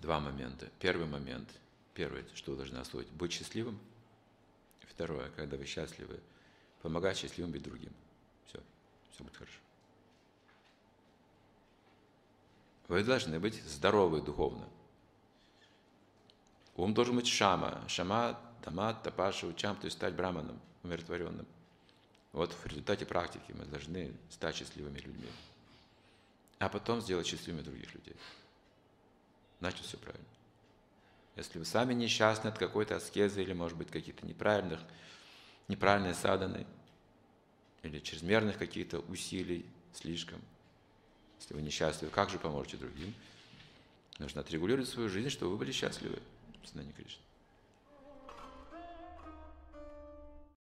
два момента. Первый момент, первое, что вы должны освоить, быть счастливым. Второе, когда вы счастливы, помогать счастливым быть другим. Все будет хорошо. Вы должны быть здоровы духовно. Ум должен быть шама, тамат, тапаша, учам, то есть стать браманом, умиротворенным. Вот в результате практики мы должны стать счастливыми людьми. А потом сделать счастливыми других людей. Значит, все правильно. Если вы сами несчастны от какой-то аскезы или, может быть, каких-то неправильной садханы, или чрезмерных каких-то усилий слишком, если вы несчастливы, как же поможете другим? Нужно отрегулировать свою жизнь, чтобы вы были счастливы. Сознание Кришны.